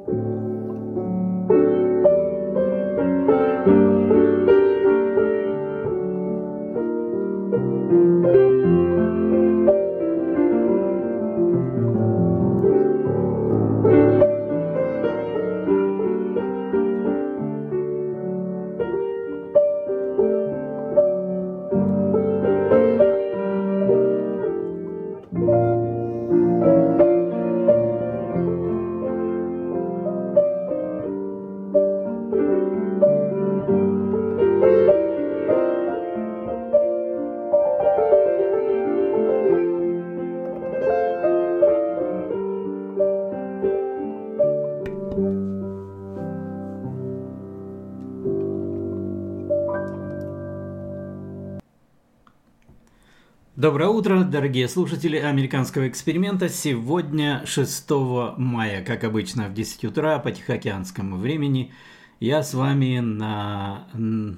Доброе утро, дорогие слушатели американского эксперимента. Сегодня 6 мая, как обычно, в 10 утра по тихоокеанскому времени. Я с вами на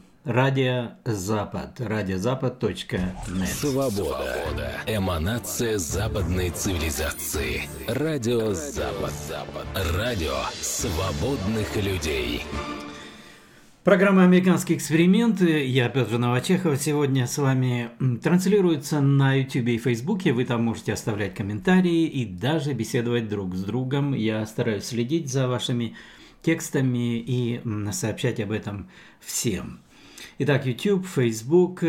Радио Запад, радиозапад.нет. Свобода. Эманация западной цивилизации. Радио Запад. Радио свободных людей. Программа «Американский эксперимент». Я Петр Новочехов. Сегодня с вами транслируется на YouTube и Facebook. Вы там можете оставлять комментарии и даже беседовать друг с другом. Я стараюсь следить за вашими текстами и сообщать об этом всем. Итак, YouTube, Facebook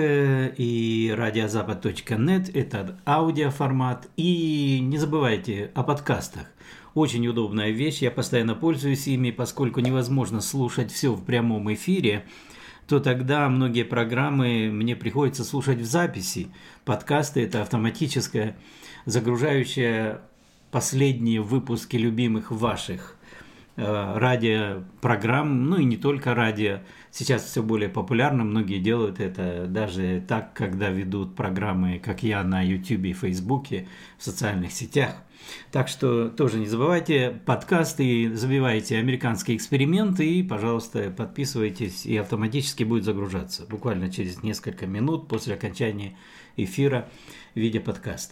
и радиозапад.нет – это аудиоформат. И не забывайте о подкастах. Очень удобная вещь, я постоянно пользуюсь ими, поскольку невозможно слушать все в прямом эфире, то тогда многие программы мне приходится слушать в записи. Подкасты – это автоматическая, загружающая последние выпуски любимых ваших радиопрограмм, ну и не только радио. Сейчас все более популярно, многие делают это даже так, когда ведут программы, как я, на YouTube и Facebook, в социальных сетях. Так что тоже не забывайте подкасты, забивайте «Американский эксперимент» и, пожалуйста, подписывайтесь, и автоматически будет загружаться буквально через несколько минут после окончания эфира в виде подкаста.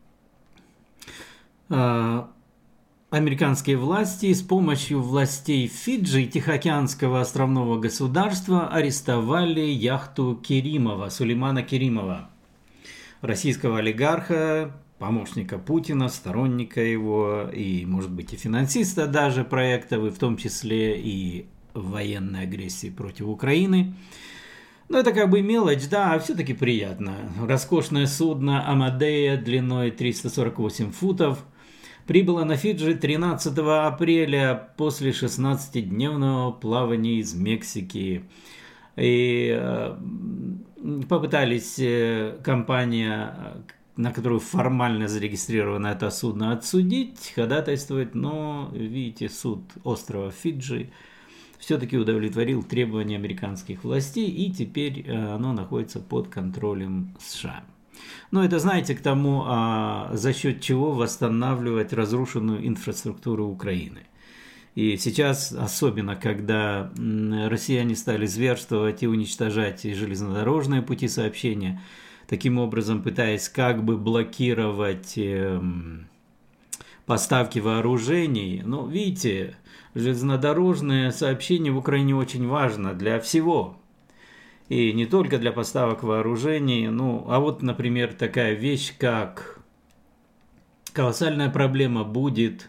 Американские власти с помощью властей Фиджи и Тихоокеанского островного государства арестовали яхту Керимова, Сулеймана Керимова, российского олигарха, помощника Путина, сторонника его и, может быть, и финансиста даже проектов, и в том числе и военной агрессии против Украины. Но это как бы мелочь, да, а все-таки приятно. Роскошное судно «Амадея» длиной 348 футов прибыло на Фиджи 13 апреля после 16-дневного плавания из Мексики. И попытались компания, на которую формально зарегистрировано это судно, отсудить, ходатайствовать, но, видите, суд острова Фиджи все-таки удовлетворил требования американских властей, и теперь оно находится под контролем США. Но это, знаете, к тому, за счет чего восстанавливать разрушенную инфраструктуру Украины. И сейчас, особенно когда россияне стали зверствовать и уничтожать и железнодорожные пути сообщения, таким образом пытаясь как бы блокировать поставки вооружений. Но видите, железнодорожное сообщение в Украине очень важно для всего. И не только для поставок вооружений. А вот, например, такая вещь, как колоссальная проблема будет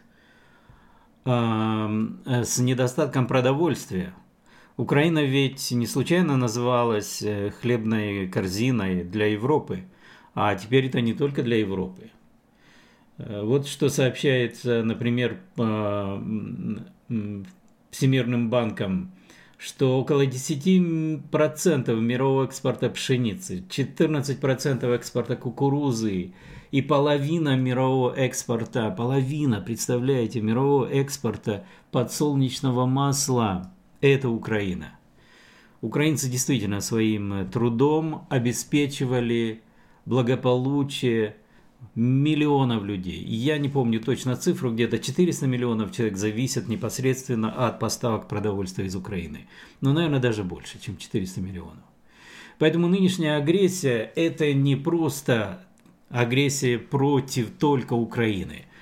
с недостатком продовольствия. Украина ведь не случайно называлась хлебной корзиной для Европы, а теперь это не только для Европы. Вот что сообщается, например, Всемирным банком, что около 10% мирового экспорта пшеницы, 14% экспорта кукурузы и половина мирового экспорта, представляете, мирового экспорта подсолнечного масла – это Украина. Украинцы действительно своим трудом обеспечивали благополучие миллионов людей. Я не помню точно цифру, где-то 400 миллионов человек зависят непосредственно от поставок продовольствия из Украины. Но, наверное, даже больше, чем 400 миллионов. Поэтому нынешняя агрессия – это не просто агрессия против только Украины.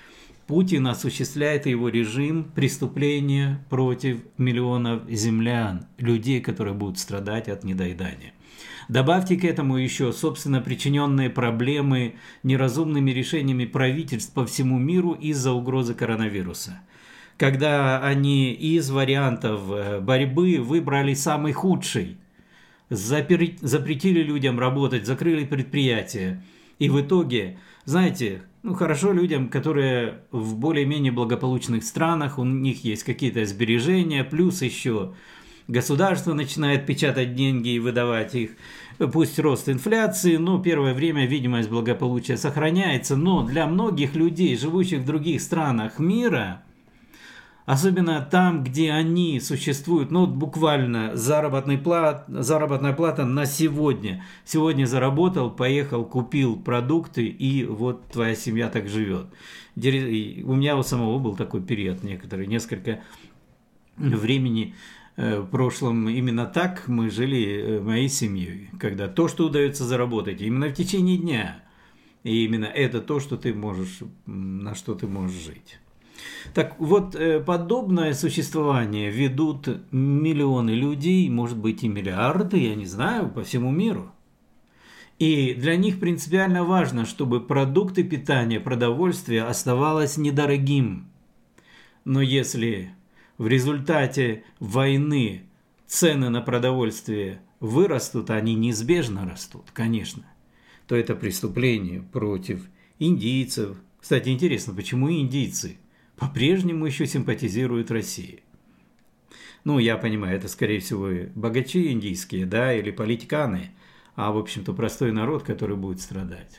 Путин осуществляет, и его режим, преступления против миллионов землян, людей, которые будут страдать от недоедания. Добавьте к этому еще, собственно, причиненные проблемы неразумными решениями правительств по всему миру из-за угрозы коронавируса. Когда они из вариантов борьбы выбрали самый худший, запретили людям работать, закрыли предприятия. И в итоге, знаете, хорошо людям, которые в более-менее благополучных странах, у них есть какие-то сбережения, плюс еще государство начинает печатать деньги и выдавать их. Пусть рост инфляции, но первое время видимость благополучия сохраняется. Но для многих людей, живущих в других странах мира, особенно там, где они существуют, буквально заработная плата на сегодня. Сегодня заработал, поехал, купил продукты, и вот твоя семья так живет. У меня у самого был такой период несколько времени в прошлом именно так мы жили моей семьей, когда то, что удается заработать именно в течение дня, и именно это то, что ты можешь, на что ты можешь жить. Так вот, подобное существование ведут миллионы людей, может быть и миллиарды, я не знаю, по всему миру. И для них принципиально важно, чтобы продукты питания, продовольствие оставалось недорогим. Но если в результате войны цены на продовольствие вырастут, они неизбежно растут, конечно, то это преступление против индийцев. Кстати, интересно, почему индийцы по-прежнему еще симпатизируют России? Я понимаю, это, скорее всего, богачи индийские, да, или политиканы, а, в общем-то, простой народ, который будет страдать.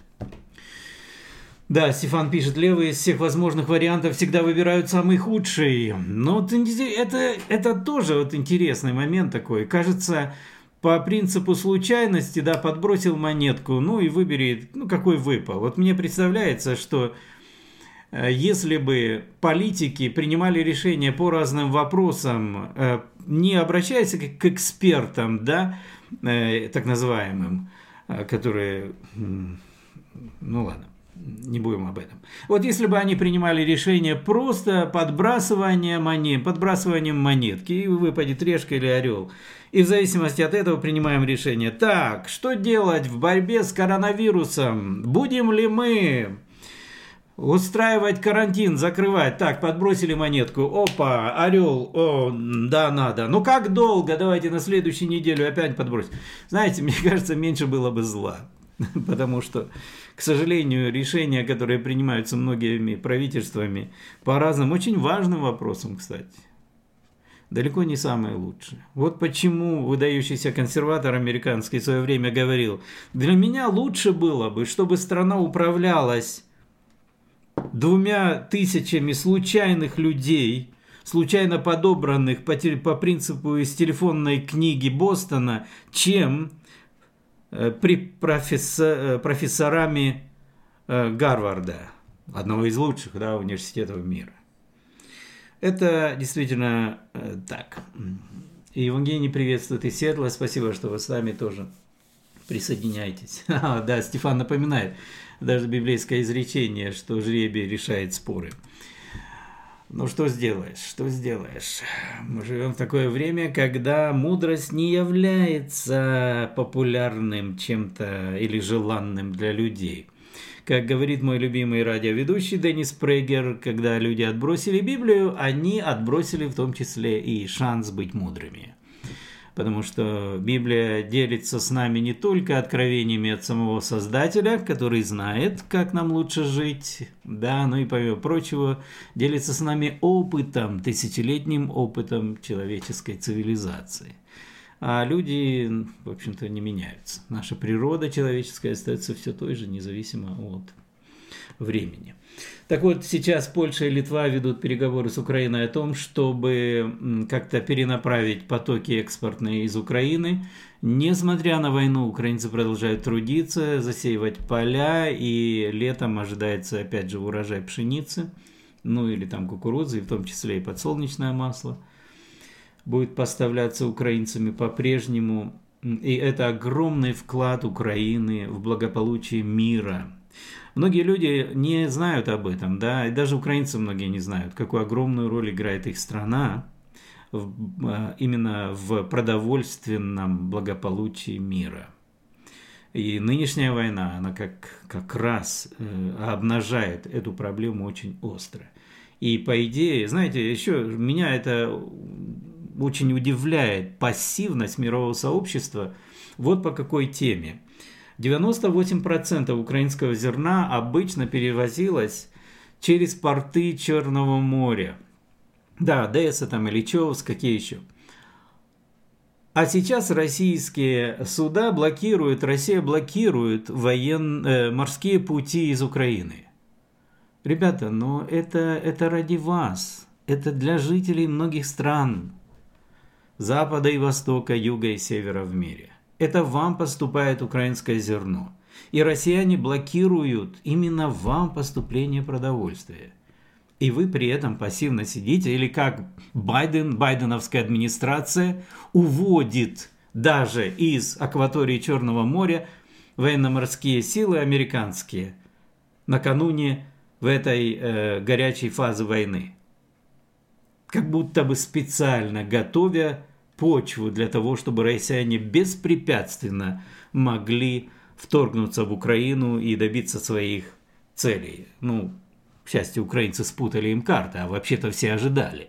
Да, Стефан пишет, левые из всех возможных вариантов всегда выбирают самый худший. Но это тоже интересный момент такой. Кажется, по принципу случайности, да, подбросил монетку, и выбери, какой выпал. Вот мне представляется, что если бы политики принимали решения по разным вопросам, не обращаясь к экспертам, да, так называемым, которые, ладно, не будем об этом. Вот если бы они принимали решение просто подбрасыванием монетки, и выпадет решка или орел, и в зависимости от этого принимаем решение. Так, что делать в борьбе с коронавирусом? Будем ли мы устраивать карантин, закрывать? Так, подбросили монетку. Опа, орел. О, да, надо. Как долго? Давайте на следующей неделю опять подбросим. Знаете, мне кажется, меньше было бы зла. Потому что, к сожалению, решения, которые принимаются многими правительствами по разным, очень важным вопросам, кстати, далеко не самые лучшие. Вот почему выдающийся консерватор американский в свое время говорил, для меня лучше было бы, чтобы страна управлялась 2000 случайных людей, случайно подобранных по принципу из телефонной книги Бостона, чем профессорами Гарварда, одного из лучших, да, университетов мира. Это действительно так. И Евгений приветствует из Сиэтла. Спасибо, что вы с нами тоже присоединяйтесь. Да, Стефан напоминает даже библейское изречение, что жребий решает споры. Что сделаешь? Мы живем в такое время, когда мудрость не является популярным чем-то или желанным для людей. Как говорит мой любимый радиоведущий Деннис Прегер, когда люди отбросили Библию, они отбросили в том числе и шанс быть мудрыми. Потому что Библия делится с нами не только откровениями от самого Создателя, который знает, как нам лучше жить, да, но и, помимо прочего, делится с нами опытом, тысячелетним опытом человеческой цивилизации. А люди, в общем-то, не меняются. Наша природа человеческая остается все той же, независимо от времени. Так вот, сейчас Польша и Литва ведут переговоры с Украиной о том, чтобы как-то перенаправить потоки экспортные из Украины. Несмотря на войну, украинцы продолжают трудиться, засеивать поля, и летом ожидается, опять же, урожай пшеницы, или там кукурузы, в том числе и подсолнечное масло будет поставляться украинцами по-прежнему. И это огромный вклад Украины в благополучие мира. Многие люди не знают об этом, да, и даже украинцы многие не знают, какую огромную роль играет их страна именно в продовольственном благополучии мира. И нынешняя война, она как раз обнажает эту проблему очень остро. И по идее, знаете, еще меня это очень удивляет, пассивность мирового сообщества. Вот по какой теме. 98% украинского зерна обычно перевозилось через порты Черного моря. Да, Одесса там, Ильичевск, какие еще. А сейчас российские суда блокируют, Россия блокирует морские пути из Украины. Ребята, но это ради вас. Это для жителей многих стран. Запада и Востока, Юга и Севера в мире. Это вам поступает украинское зерно. И россияне блокируют именно вам поступление продовольствия. И вы при этом пассивно сидите, или как байденовская администрация уводит даже из акватории Черного моря военно-морские силы американские накануне в этой горячей фазе войны. Как будто бы специально готовя почву для того, чтобы россияне беспрепятственно могли вторгнуться в Украину и добиться своих целей. К счастью, украинцы спутали им карты, а вообще-то все ожидали.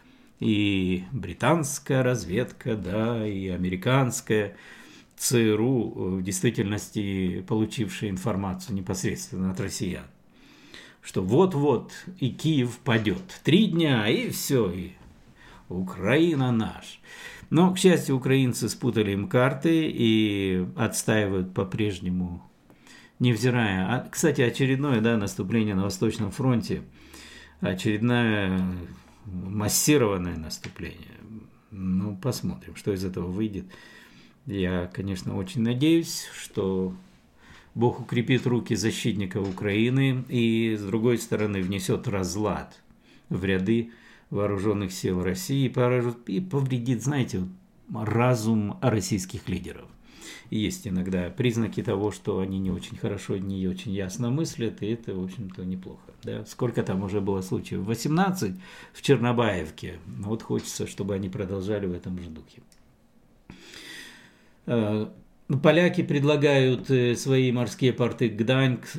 И британская разведка, да, и американская, ЦРУ, в действительности получившие информацию непосредственно от россиян, что вот-вот и Киев падет. 3 дня, и все, и Украина наш. Но, к счастью, украинцы спутали им карты и отстаивают по-прежнему, невзирая. Кстати, очередное наступление на Восточном фронте, очередное массированное наступление. Посмотрим, что из этого выйдет. Я, конечно, очень надеюсь, что Бог укрепит руки защитников Украины и, с другой стороны, внесет разлад в ряды вооруженных сил России и повредит, знаете, разум российских лидеров. И есть иногда признаки того, что они не очень хорошо, не очень ясно мыслят, и это, в общем-то, неплохо. Да? Сколько там уже было случаев? 18 в Чернобаевке. Вот хочется, чтобы они продолжали в этом же духе. Поляки предлагают свои морские порты Гданьск,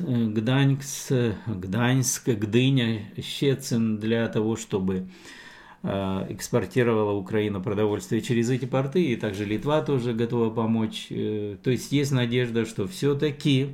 Гдыня, Щецин для того, чтобы экспортировала Украина продовольствие через эти порты, и также Литва тоже готова помочь. То есть надежда, что все-таки,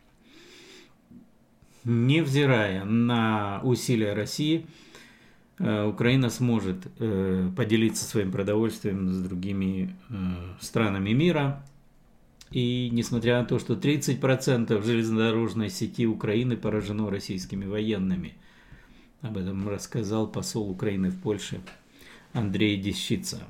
невзирая на усилия России, Украина сможет поделиться своим продовольствием с другими странами мира. И несмотря на то, что 30% железнодорожной сети Украины поражено российскими военными. Об этом рассказал посол Украины в Польше Андрей Дещица.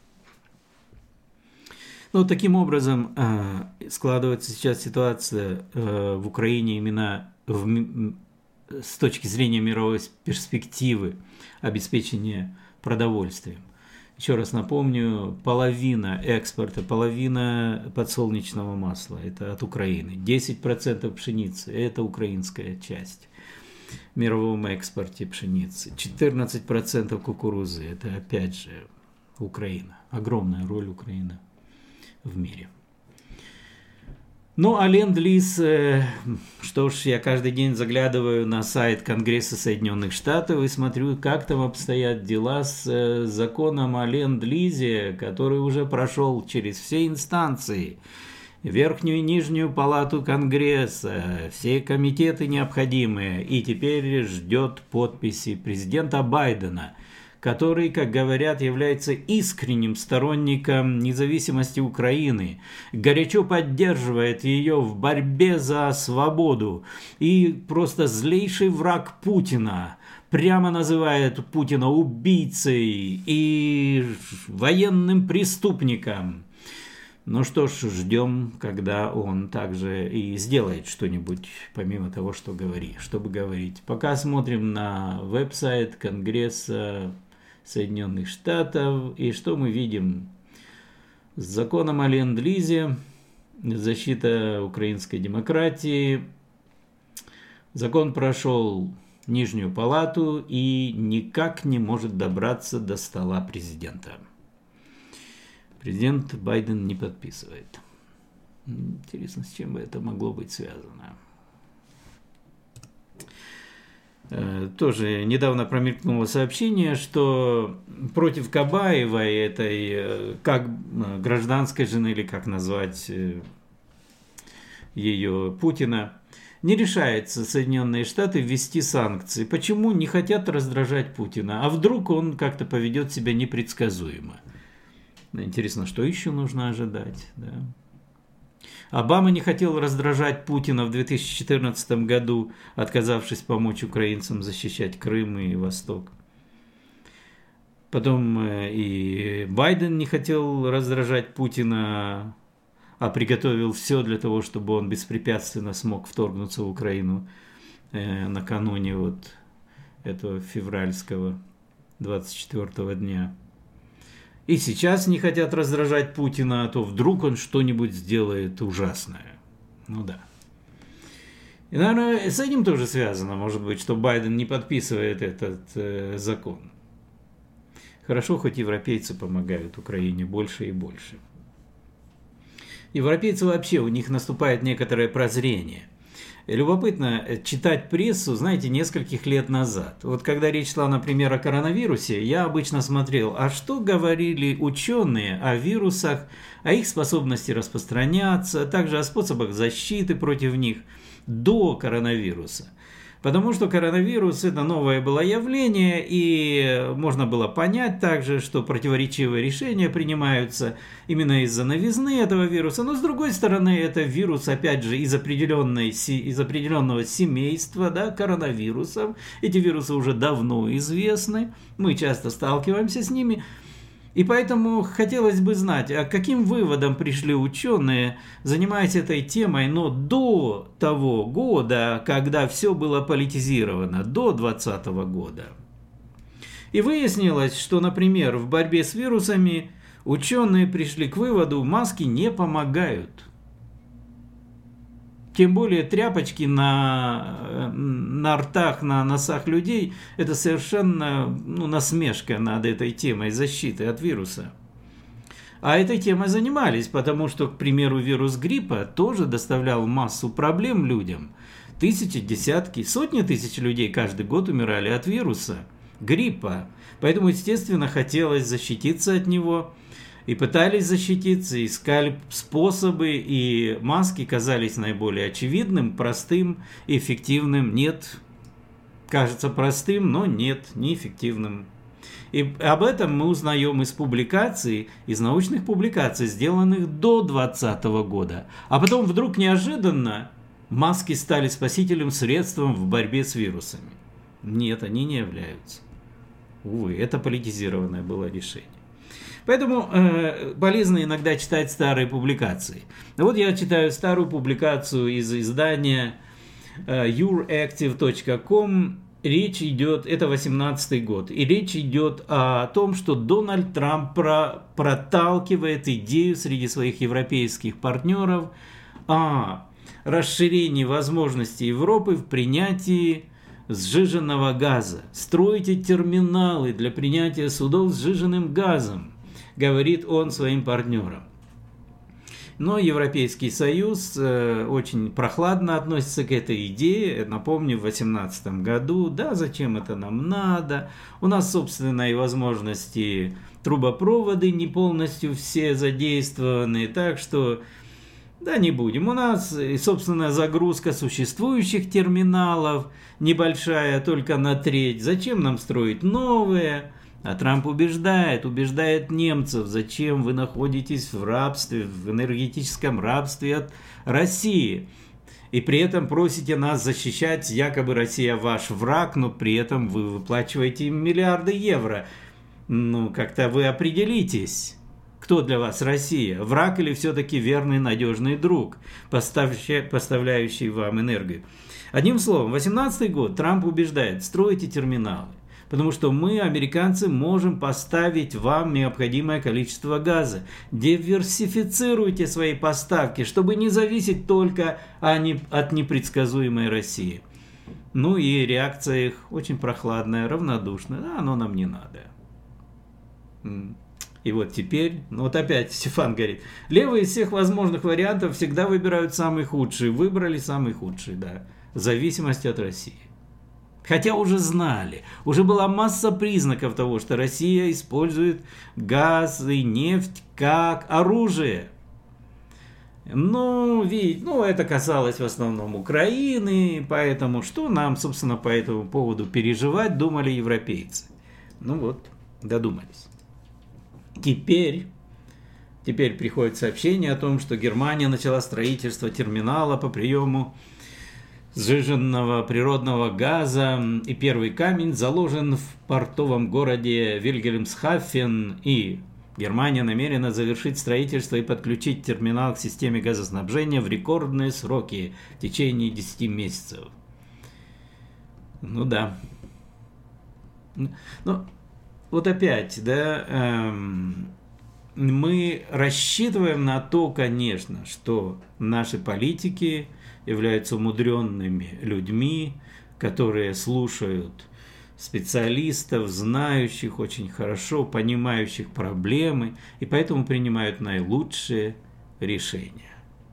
Таким образом складывается сейчас ситуация в Украине именно с точки зрения мировой перспективы обеспечения продовольствием. Еще раз напомню, половина экспорта, половина подсолнечного масла – это от Украины. 10% пшеницы – это украинская часть в мировом экспорте пшеницы. 14% кукурузы – это опять же Украина. Огромная роль Украины в мире. А ленд-лиз, что ж, я каждый день заглядываю на сайт Конгресса Соединенных Штатов и смотрю, как там обстоят дела с законом о ленд-лизе, который уже прошел через все инстанции, Верхнюю и Нижнюю палату Конгресса, все комитеты необходимые, и теперь ждет подписи президента Байдена, который, как говорят, является искренним сторонником независимости Украины, горячо поддерживает ее в борьбе за свободу и просто злейший враг Путина, прямо называет Путина убийцей и военным преступником. Что ж, ждем, когда он также и сделает что-нибудь, помимо того, чтобы говорить. Пока смотрим на веб-сайт Конгресса Соединенных Штатов, и что мы видим? С законом о ленд-лизе, защита украинской демократии, Закон прошел Нижнюю палату и никак не может добраться до стола президента. Президент Байден не подписывает. Интересно, с чем бы это могло быть связано. Тоже недавно промелькнуло сообщение, что против Кабаевой, этой как гражданской жены, или как назвать ее, Путина, не решается Соединенные Штаты ввести санкции. Почему? Не хотят раздражать Путина. А вдруг он как-то поведет себя непредсказуемо? Интересно, что еще нужно ожидать? Да? Обама не хотел раздражать Путина в 2014 году, отказавшись помочь украинцам защищать Крым и Восток. Потом и Байден не хотел раздражать Путина, а приготовил все для того, чтобы он беспрепятственно смог вторгнуться в Украину накануне вот этого февральского 24-го дня. И сейчас не хотят раздражать Путина, а то вдруг он что-нибудь сделает ужасное. Ну да. И, наверное, с этим тоже связано, может быть, что Байден не подписывает этот закон. Хорошо, хоть европейцы помогают Украине больше и больше. Европейцы вообще, у них наступает некоторое прозрение. Любопытно читать прессу, знаете, нескольких лет назад. Вот когда речь шла, например, о коронавирусе, я обычно смотрел, а что говорили ученые о вирусах, о их способности распространяться, а также о способах защиты против них до коронавируса. Потому что коронавирус – это новое было явление, и можно было понять также, что противоречивые решения принимаются именно из-за новизны этого вируса. Но с другой стороны, это вирус, опять же, из определенного семейства, да, коронавирусов. Эти вирусы уже давно известны, мы часто сталкиваемся с ними. И поэтому хотелось бы знать, а к каким выводам пришли ученые, занимаясь этой темой, но до того года, когда все было политизировано, до 2020 года. И выяснилось, что, например, в борьбе с вирусами ученые пришли к выводу, маски не помогают. Тем более тряпочки на ртах, на носах людей – это совершенно насмешка над этой темой защиты от вируса. А этой темой занимались, потому что, к примеру, вирус гриппа тоже доставлял массу проблем людям. Тысячи, десятки, сотни тысяч людей каждый год умирали от вируса гриппа. Поэтому, естественно, хотелось защититься от него. И пытались защититься, искали способы, и маски казались наиболее очевидным, простым, эффективным. Нет, кажется простым, но нет, неэффективным. И об этом мы узнаем из публикаций, из научных публикаций, сделанных до 2020 года. А потом вдруг неожиданно маски стали спасительным средством в борьбе с вирусами. Нет, они не являются. Увы, это политизированное было решение. Поэтому полезно иногда читать старые публикации. Вот я читаю старую публикацию из издания youractive.com. Речь идет, это 18-й год, и речь идет о том, что Дональд Трамп проталкивает идею среди своих европейских партнеров о расширении возможностей Европы в принятии сжиженного газа. Стройте терминалы для принятия судов с сжиженным газом, говорит он своим партнерам. Но Европейский Союз очень прохладно относится к этой идее. Напомню, в 2018 году, да, зачем это нам надо? У нас собственные возможности, трубопроводы не полностью все задействованы, так что, да, не будем. У нас, собственно, загрузка существующих терминалов небольшая, только на треть. Зачем нам строить новые? А Трамп убеждает немцев, зачем вы находитесь в рабстве, в энергетическом рабстве от России. И при этом просите нас защищать, якобы Россия ваш враг, но при этом вы выплачиваете им миллиарды евро. Ну, как-то вы определитесь, кто для вас Россия, враг или все-таки верный надежный друг, поставляющий вам энергию. Одним словом, 2018 год Трамп убеждает, стройте терминалы. Потому что мы, американцы, можем поставить вам необходимое количество газа. Диверсифицируйте свои поставки, чтобы не зависеть только от непредсказуемой России. Ну и реакция их очень прохладная, равнодушная. Оно нам не надо. И вот теперь, ну вот опять Стефан говорит, левые из всех возможных вариантов всегда выбирают самый худший. Выбрали самый худший, да, в зависимости от России. Хотя уже знали, уже была масса признаков того, что Россия использует газ и нефть как оружие. Ну, это касалось в основном Украины, поэтому что нам, собственно, по этому поводу переживать, думали европейцы. Ну вот, додумались. Теперь приходит сообщение о том, что Германия начала строительство терминала по приему сжиженного природного газа, и первый камень заложен в портовом городе Вильгельмсхафен, и Германия намерена завершить строительство и подключить терминал к системе газоснабжения в рекордные сроки в течение 10 месяцев. Ну да. Ну, вот опять, да, мы рассчитываем на то, конечно, что наши политики являются умудренными людьми, которые слушают специалистов, знающих очень хорошо, понимающих проблемы, и поэтому принимают наилучшие решения.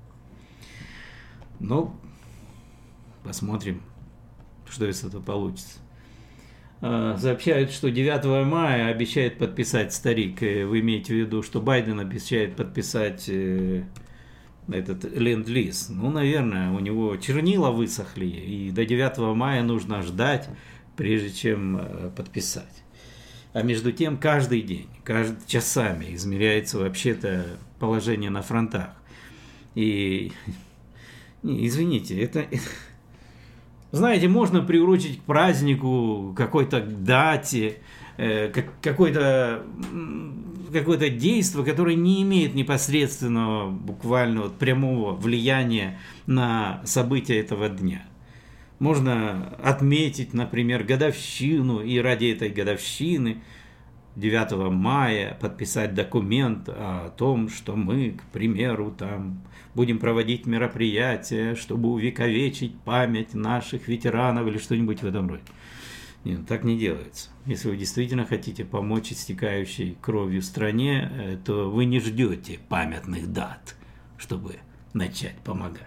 Но посмотрим, что из этого получится. Сообщают, что 9 мая обещает подписать старик. Вы имеете в виду, что Байден обещает подписать этот ленд-лиз? Ну, наверное, у него чернила высохли, и до 9 мая нужно ждать, прежде чем подписать. А между тем, каждый день, часами измеряется вообще-то положение на фронтах. И, извините, это... Знаете, можно приурочить к празднику, какой-то дате, какое-то действие, которое не имеет непосредственного, буквально вот прямого влияния на события этого дня. Можно отметить, например, годовщину, и ради этой годовщины 9 мая подписать документ о том, что мы, к примеру, там будем проводить мероприятия, чтобы увековечить память наших ветеранов или что-нибудь в этом роде. Нет, так не делается. Если вы действительно хотите помочь истекающей кровью стране, то вы не ждете памятных дат, чтобы начать помогать.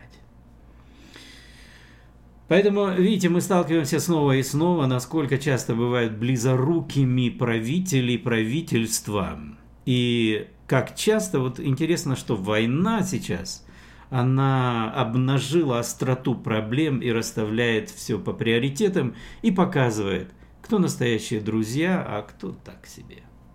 Поэтому, видите, мы сталкиваемся снова и снова, насколько часто бывают близорукими правители, правительства. И как часто, вот интересно, что война сейчас, она обнажила остроту проблем и расставляет все по приоритетам и показывает, кто настоящие друзья, а кто так себе.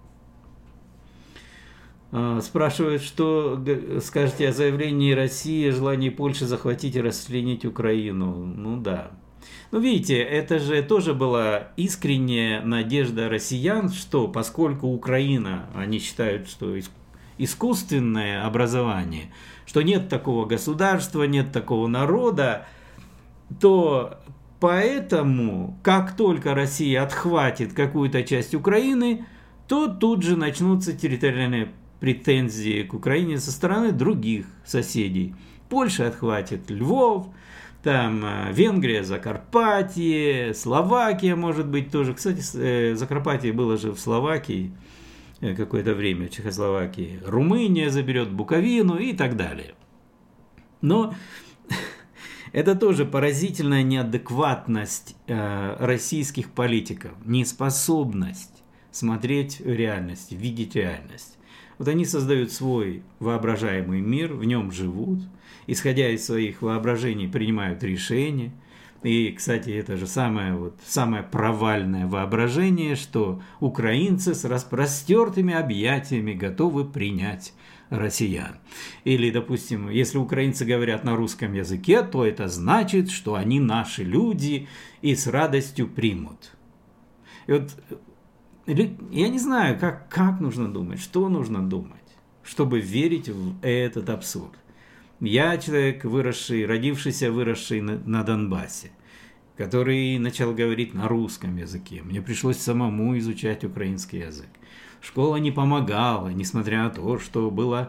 Спрашивают, что скажете о заявлении России о желании Польши захватить и расчленить Украину. Ну да. Ну видите, это же тоже была искренняя надежда россиян, что поскольку Украина, они считают, что искусственное образование, что нет такого государства, нет такого народа, то поэтому, как только Россия отхватит какую-то часть Украины, то тут же начнутся территориальные претензии к Украине со стороны других соседей. Польша отхватит Львов, там Венгрия, Закарпатье, Словакия, может быть, тоже. Кстати, Закарпатье было же в Словакии какое-то время, в Чехословакии. Румыния заберет Буковину и так далее. Но это тоже поразительная неадекватность российских политиков, неспособность смотреть реальность, видеть реальность. Вот они создают свой воображаемый мир, в нем живут, исходя из своих воображений принимают решения. И, кстати, это же самое провальное воображение, что украинцы с распростертыми объятиями готовы принять россиян. Или, допустим, если украинцы говорят на русском языке, то это значит, что они наши люди и с радостью примут. И вот я не знаю, как нужно думать, что нужно думать, чтобы верить в этот абсурд. Я человек, родившийся, выросший на Донбассе, который начал говорить на русском языке. Мне пришлось самому изучать украинский язык. Школа не помогала, несмотря на то, что было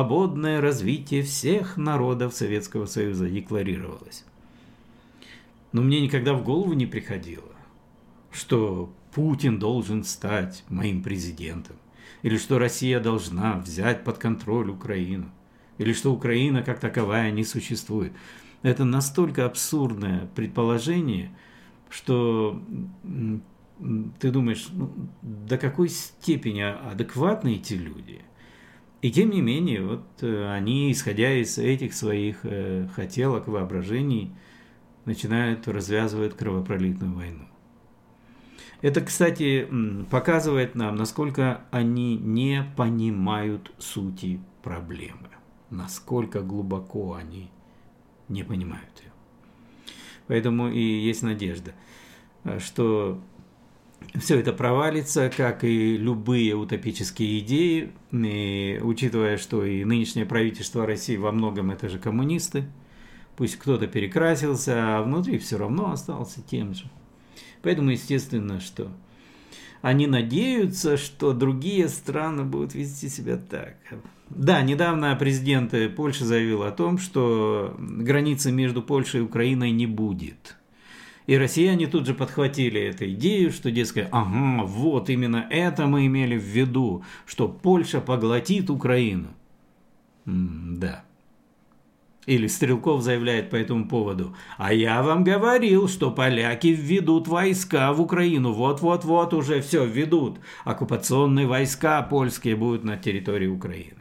свободное развитие всех народов Советского Союза, декларировалось. Но мне никогда в голову не приходило, что Путин должен стать моим президентом, или что Россия должна взять под контроль Украину, или что Украина как таковая не существует. Это настолько абсурдное предположение, что ты думаешь, до какой степени адекватны эти люди. И тем не менее, вот они, исходя из этих своих хотелок, воображений, начинают развязывать кровопролитную войну. Это, кстати, показывает нам, насколько они не понимают сути проблемы, насколько глубоко они не понимают ее. Поэтому и есть надежда, что все это провалится, как и любые утопические идеи, и, учитывая, что и нынешнее правительство России во многом это же коммунисты, пусть кто-то перекрасился, а внутри все равно остался тем же. Поэтому, естественно, что они надеются, что другие страны будут вести себя так. Да, недавно президент Польши заявил о том, что границы между Польшей и Украиной не будет. И россияне тут же подхватили эту идею, что, дескать, ага, вот именно это мы имели в виду, что Польша поглотит Украину. Да. Или Стрелков заявляет по этому поводу: а я вам говорил, что поляки введут войска в Украину. Вот-вот-вот уже все введут. Оккупационные войска польские будут на территории Украины.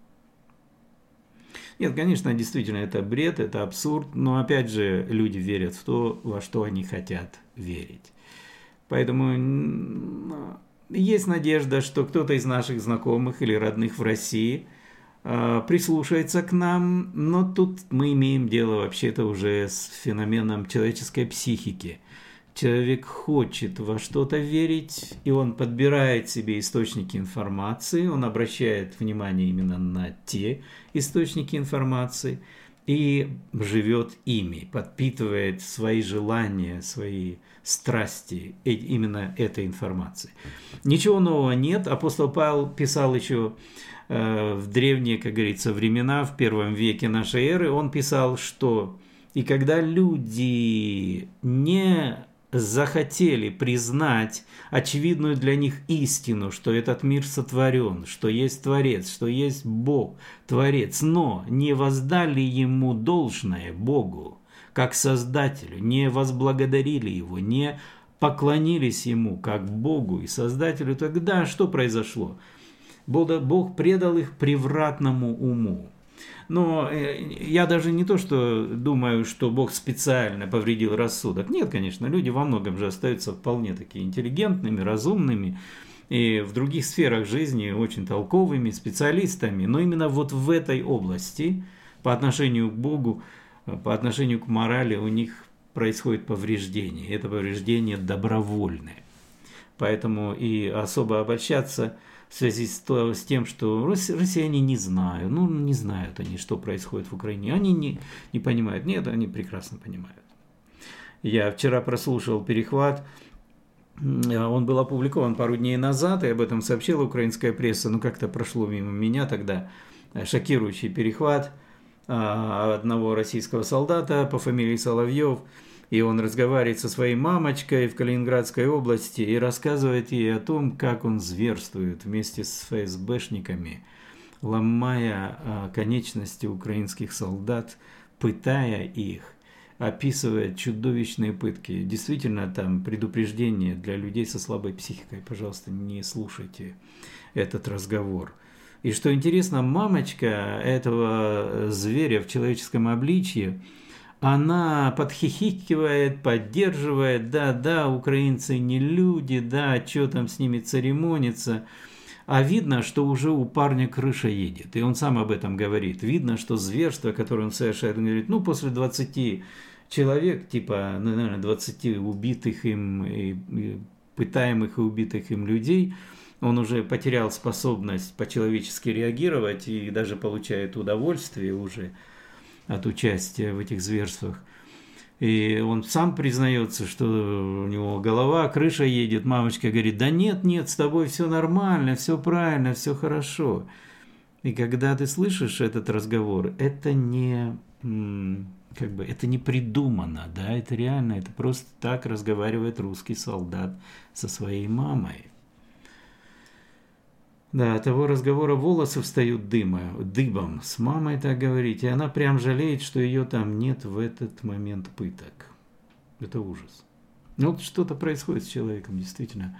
Нет, конечно, действительно, это бред, это абсурд, но опять же люди верят в то, во что они хотят верить. Поэтому есть надежда, что кто-то из наших знакомых или родных в России прислушается к нам, но тут мы имеем дело вообще-то уже с феноменом человеческой психики. Человек хочет во что-то верить, и он подбирает себе источники информации, он обращает внимание именно на те источники информации и живет ими, подпитывает свои желания, свои страсти именно этой информацией. Ничего нового нет. Апостол Павел писал еще в древние, как говорится, времена, в первом веке нашей эры, он писал, что и когда люди не захотели признать очевидную для них истину, что этот мир сотворен, что есть Творец, что есть Бог, Творец, но не воздали Ему должное, Богу, как Создателю, не возблагодарили Его, не поклонились Ему, как Богу и Создателю, тогда что произошло? Бог предал их превратному уму. Но я даже не то, что думаю, что Бог специально повредил рассудок. Нет, конечно, люди во многом же остаются вполне такие интеллигентными, разумными и в других сферах жизни очень толковыми специалистами. Но именно вот в этой области, по отношению к Богу, по отношению к морали, у них происходит повреждение. Это повреждение добровольное. Поэтому и особо обольщаться в связи с тем, что россияне не знают, не знают они, что происходит в Украине. Они не понимают. Нет, они прекрасно понимают. Я вчера прослушал перехват, он был опубликован пару дней назад, и об этом сообщила украинская пресса, как-то прошло мимо меня тогда, шокирующий перехват одного российского солдата по фамилии Соловьев. И он разговаривает со своей мамочкой в Калининградской области и рассказывает ей о том, как он зверствует вместе с ФСБшниками, ломая конечности украинских солдат, пытая их, описывая чудовищные пытки. Действительно, там предупреждение для людей со слабой психикой. Пожалуйста, не слушайте этот разговор. И что интересно, мамочка этого зверя в человеческом обличье, она подхихикивает, поддерживает, да, украинцы не люди, да, что там с ними церемониться. А видно, что уже у парня крыша едет, и он сам об этом говорит. Видно, что зверство, которое он совершает, он говорит, после 20 человек, наверное, 20 убитых им, и пытаемых и убитых им людей, он уже потерял способность по-человечески реагировать и даже получает удовольствие уже от участия в этих зверствах. И он сам признается, что у него голова, крыша едет. Мамочка говорит, да нет, с тобой все нормально, все правильно, все хорошо. И когда ты слышишь этот разговор, это не как бы это не придумано, да, это реально, это просто так разговаривает русский солдат со своей мамой. Да, от того разговора волосы встают дыбом. С мамой так говорить. И она прям жалеет, что ее там нет в этот момент пыток. Это ужас. Ну, вот что-то происходит с человеком, действительно.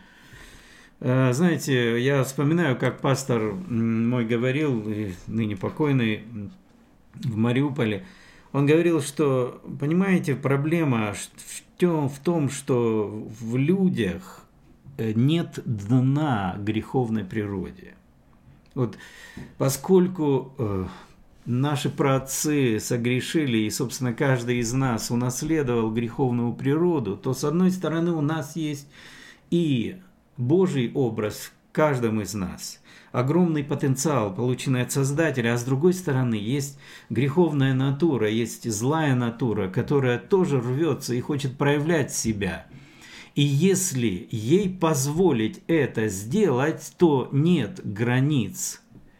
Знаете, я вспоминаю, как пастор мой говорил, ныне покойный, в Мариуполе. Он говорил, что, понимаете, проблема в том, что в людях нет дна греховной природе. Вот поскольку наши праотцы согрешили, и, собственно, каждый из нас унаследовал греховную природу, то, с одной стороны, у нас есть и Божий образ в каждом из нас, огромный потенциал, полученный от Создателя, а с другой стороны, есть греховная натура, есть злая натура, которая тоже рвется и хочет проявлять себя. И если ей позволить это сделать, то нет границ,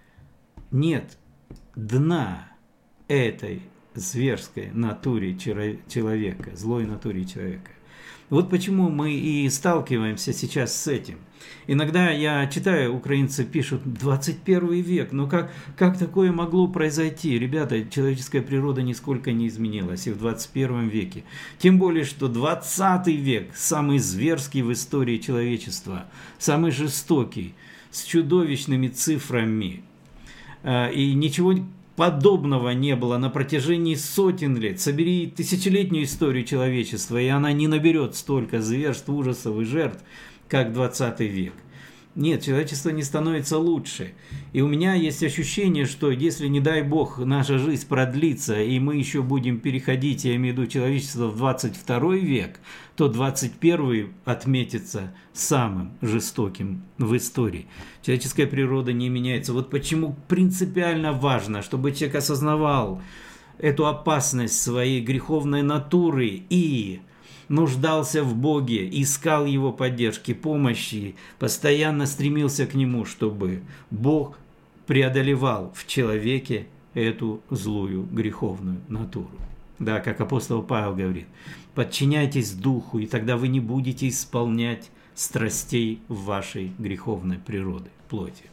нет дна этой зверской натуре человека, злой натуре человека. Вот почему мы и сталкиваемся сейчас с этим. Иногда я читаю, украинцы пишут, 21 век, но как такое могло произойти? Ребята, человеческая природа нисколько не изменилась и в 21 веке. Тем более, что 20 век, самый зверский в истории человечества, самый жестокий, с чудовищными цифрами. И ничего подобного не было на протяжении сотен лет. Собери тысячелетнюю историю человечества, и она не наберет столько зверств, ужасов и жертв, как 20 век. Нет, человечество не становится лучше. И у меня есть ощущение, что если, не дай бог, наша жизнь продлится, и мы еще будем переходить, я имею в виду человечество, в 22 век, то 21 отметится самым жестоким в истории. Человеческая природа не меняется. Вот почему принципиально важно, чтобы человек осознавал эту опасность своей греховной натуры и нуждался в Боге, искал Его поддержки, помощи, постоянно стремился к Нему, чтобы Бог преодолевал в человеке эту злую греховную натуру. Да, как апостол Павел говорит, подчиняйтесь Духу, и тогда вы не будете исполнять страстей вашей греховной природы, плоти.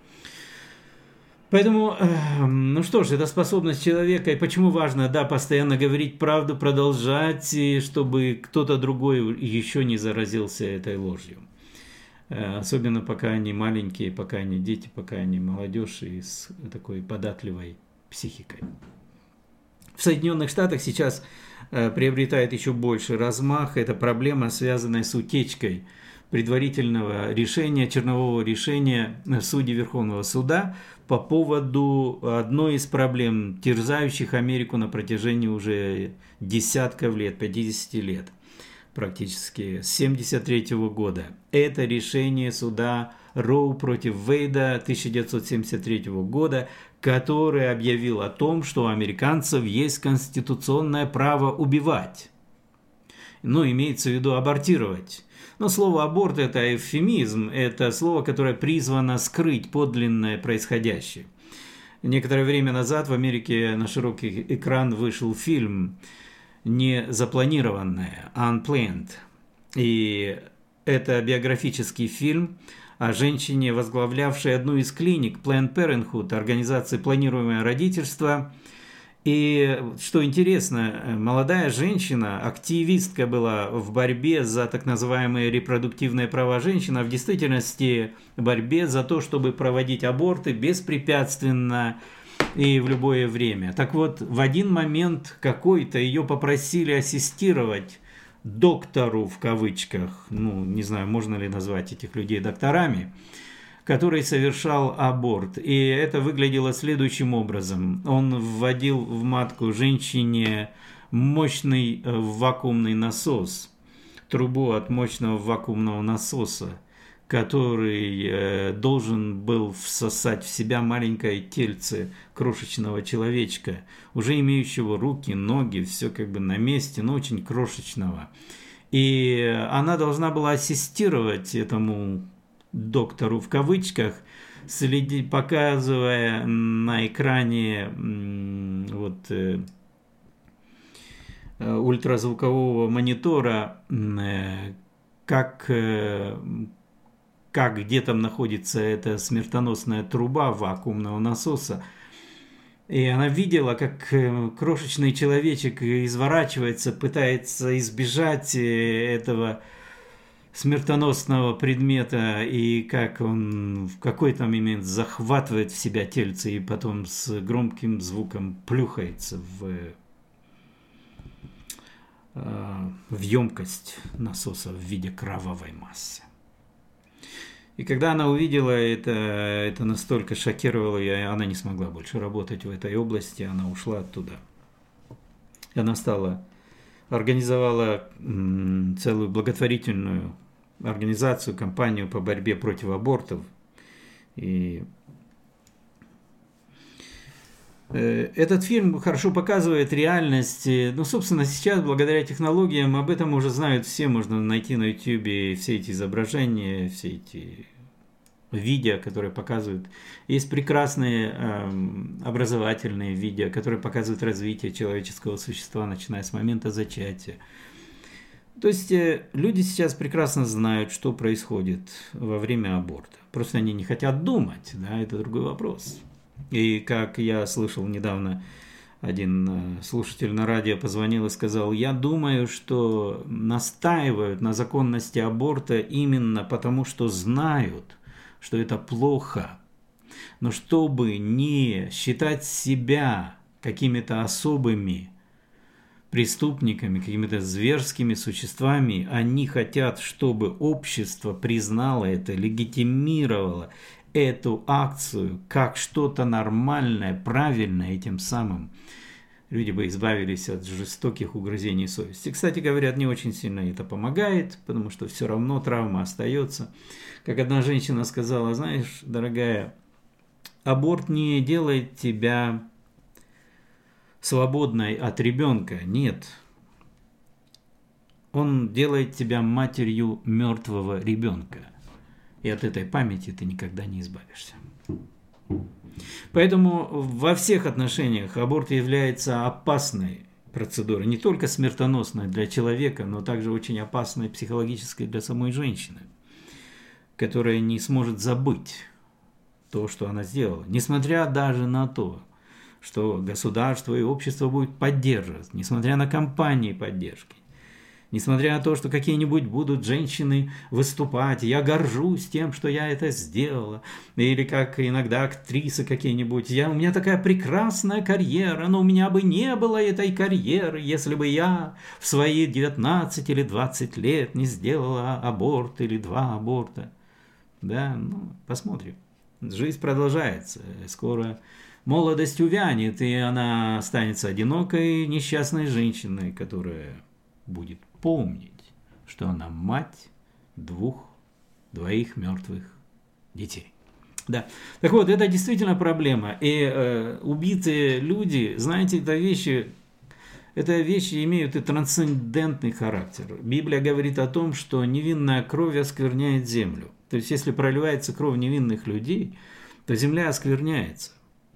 Поэтому, ну что ж, это способность человека, и почему важно, да, постоянно говорить правду, продолжать, чтобы кто-то другой еще не заразился этой ложью. Особенно пока они маленькие, пока они дети, пока они молодежь и с такой податливой психикой. В Соединенных Штатах сейчас приобретает еще больше размах. Это проблема, связанная с утечкой предварительного решения, чернового решения судей Верховного суда по поводу одной из проблем, терзающих Америку на протяжении уже десятков лет, 50 лет практически, с 1973 года. Это решение суда Роу против Вейда 1973 года, который объявил о том, что у американцев есть конституционное право убивать. Ну, имеется в виду абортировать. Но слово «аборт» – это эвфемизм, это слово, которое призвано скрыть подлинное происходящее. Некоторое время назад в Америке на широкий экран вышел фильм «Незапланированное» «Unplanned». И это биографический фильм о женщине, возглавлявшей одну из клиник Planned Parenthood, организации планируемое родительство. И что интересно, молодая женщина, активистка была в борьбе за так называемые репродуктивные права женщин, а в действительности борьбе за то, чтобы проводить аборты беспрепятственно и в любое время. Так вот, в один момент какой-то ее попросили ассистировать доктору, в кавычках, ну, не знаю, можно ли назвать этих людей докторами, который совершал аборт. И это выглядело следующим образом. Он вводил в матку женщине мощный вакуумный насос, трубу от мощного вакуумного насоса, который должен был всосать в себя маленькое тельце крошечного человечка, уже имеющего руки, ноги, все как бы на месте, но очень крошечного. И она должна была ассистировать этому доктору в кавычках, показывая на экране вот ультразвукового монитора, как где там находится эта смертоносная труба вакуумного насоса. И она видела, как крошечный человечек изворачивается, пытается избежать этого смертоносного предмета, и как он в какой-то момент захватывает в себя тельце и потом с громким звуком плюхается в емкость насоса в виде кровавой массы. И когда она увидела это настолько шокировало ее, она не смогла больше работать в этой области, она ушла оттуда. И она организовала целую благотворительную организацию, кампанию по борьбе против абортов. И этот фильм хорошо показывает реальность. Ну, собственно, сейчас, благодаря технологиям, об этом уже знают все. Можно найти на YouTube все эти изображения, все эти видео, которые показывают. Есть прекрасные образовательные видео, которые показывают развитие человеческого существа, начиная с момента зачатия. То есть люди сейчас прекрасно знают, что происходит во время аборта. Просто они не хотят думать, да, это другой вопрос. И как я слышал недавно, один слушатель на радио позвонил и сказал: я думаю, что настаивают на законности аборта именно потому, что знают, что это плохо. Но чтобы не считать себя какими-то особыми преступниками, какими-то зверскими существами, они хотят, чтобы общество признало это, легитимировало эту акцию как что-то нормальное, правильное, и тем самым люди бы избавились от жестоких угрызений совести. Кстати, говорят, не очень сильно это помогает, потому что все равно травма остается. Как одна женщина сказала: знаешь, дорогая, аборт не делает тебя свободной от ребенка, нет. Он делает тебя матерью мертвого ребенка. И от этой памяти ты никогда не избавишься. Поэтому во всех отношениях аборт является опасной процедурой, не только смертоносной для человека, но также очень опасной психологической для самой женщины, которая не сможет забыть то, что она сделала, несмотря даже на то, что государство и общество будут поддерживать, несмотря на кампании поддержки. Несмотря на то, что какие-нибудь будут женщины выступать: я горжусь тем, что я это сделала. Или как иногда актрисы какие-нибудь: у меня такая прекрасная карьера, но у меня бы не было этой карьеры, если бы я в свои 19 или 20 лет не сделала аборт или 2 аборта. Да, посмотрим. Жизнь продолжается. Скоро молодость увянет, и она останется одинокой, несчастной женщиной, которая будет помнить, что она мать двоих мертвых детей. Да. Так вот, это действительно проблема. И убитые люди, знаете, это вещи имеют и трансцендентный характер. Библия говорит о том, что невинная кровь оскверняет землю. То есть, если проливается кровь невинных людей, то земля оскверняется.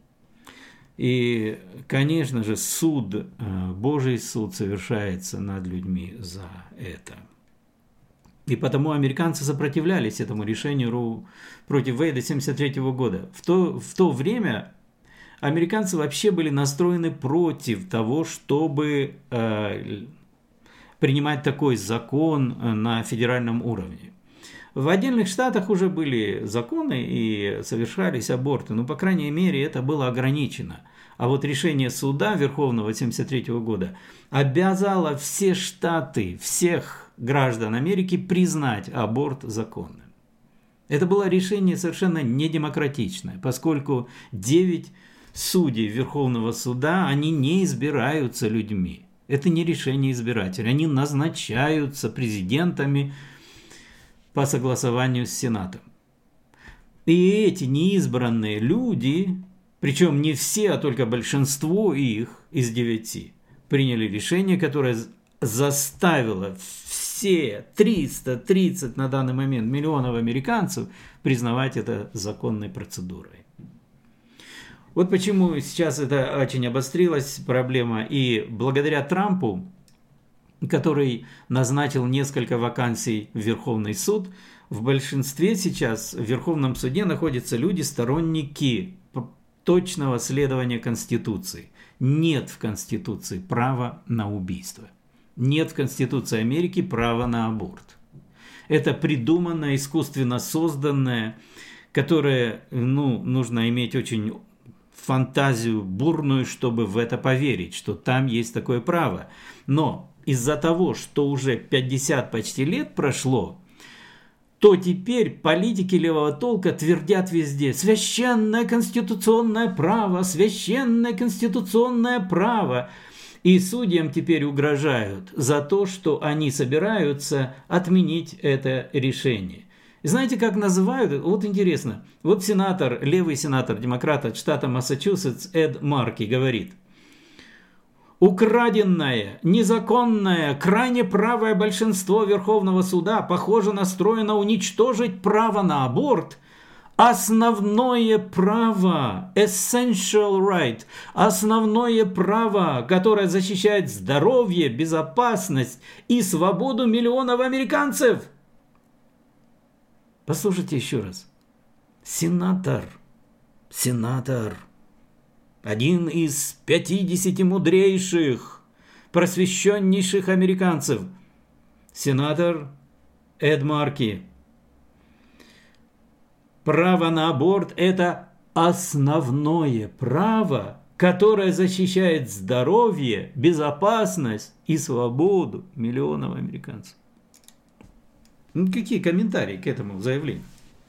И, конечно же, суд, Божий суд совершается над людьми за это. И потому американцы сопротивлялись этому решению Роу против Вейда 1973 года. В то время американцы вообще были настроены против того, чтобы принимать такой закон на федеральном уровне. В отдельных штатах уже были законы и совершались аборты, но, по крайней мере, это было ограничено. А вот решение суда Верховного 1973 года обязало все штаты, всех граждан Америки признать аборт законным. Это было решение совершенно недемократичное, поскольку 9 судей Верховного суда, они не избираются людьми. Это не решение избирателей, они назначаются президентами по согласованию с Сенатом. И эти неизбранные люди, причем не все, а только большинство их из 9, приняли решение, которое заставило все 330 на данный момент миллионов американцев признавать это законной процедурой. Вот почему сейчас это очень обострилась проблема. И благодаря Трампу который назначил несколько вакансий в Верховный суд. В большинстве сейчас в Верховном суде находятся люди, сторонники точного следования Конституции. Нет в Конституции права на убийство. Нет в Конституции Америки права на аборт. Это придуманное, искусственно созданное, которое, нужно иметь очень фантазию бурную, чтобы в это поверить, что там есть такое право. Но из-за того, что уже 50 почти лет прошло, то теперь политики левого толка твердят везде: священное конституционное право, священное конституционное право. И судьям теперь угрожают за то, что они собираются отменить это решение. И знаете, как называют? Вот интересно. Вот сенатор, левый сенатор, демократ от штата Массачусетс Эд Марки говорит: украденное, незаконное, крайне правое большинство Верховного суда, похоже, настроено уничтожить право на аборт. Основное право, essential right, основное право, которое защищает здоровье, безопасность и свободу миллионов американцев. Послушайте еще раз. Сенатор, один из 50 мудрейших, просвещеннейших американцев, сенатор Эд Марки. Право на аборт – это основное право, которое защищает здоровье, безопасность и свободу миллионов американцев. Какие комментарии к этому заявлению?